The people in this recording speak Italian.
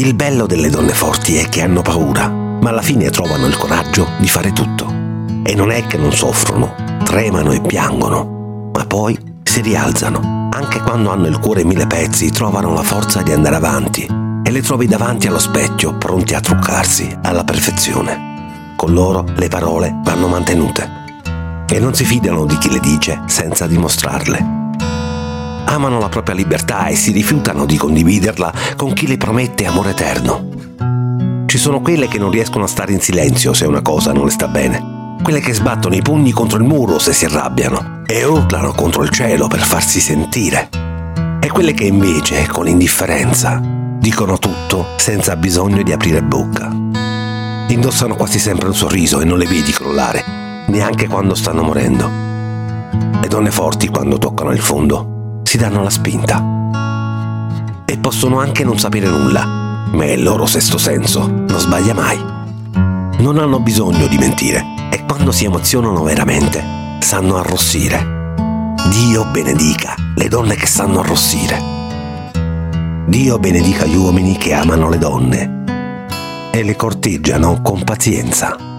Il bello delle donne forti è che hanno paura, ma alla fine trovano il coraggio di fare tutto. E non è che non soffrono, tremano e piangono, ma poi si rialzano. Anche quando hanno il cuore in 1000 pezzi, trovano la forza di andare avanti e le trovi davanti allo specchio, pronti a truccarsi alla perfezione. Con loro le parole vanno mantenute e non si fidano di chi le dice senza dimostrarle. Amano la propria libertà e si rifiutano di condividerla con chi le promette amore eterno. Ci sono quelle che non riescono a stare in silenzio se una cosa non le sta bene, quelle che sbattono i pugni contro il muro se si arrabbiano e urlano contro il cielo per farsi sentire, e quelle che invece, con indifferenza, dicono tutto senza bisogno di aprire bocca. Indossano quasi sempre un sorriso e non le vedi crollare, neanche quando stanno morendo. Le donne forti, quando toccano il fondo, si danno la spinta. E possono anche non sapere nulla, ma il loro sesto senso non sbaglia mai. Non hanno bisogno di mentire e quando si emozionano veramente sanno arrossire. Dio benedica le donne che sanno arrossire. Dio benedica gli uomini che amano le donne e le corteggiano con pazienza.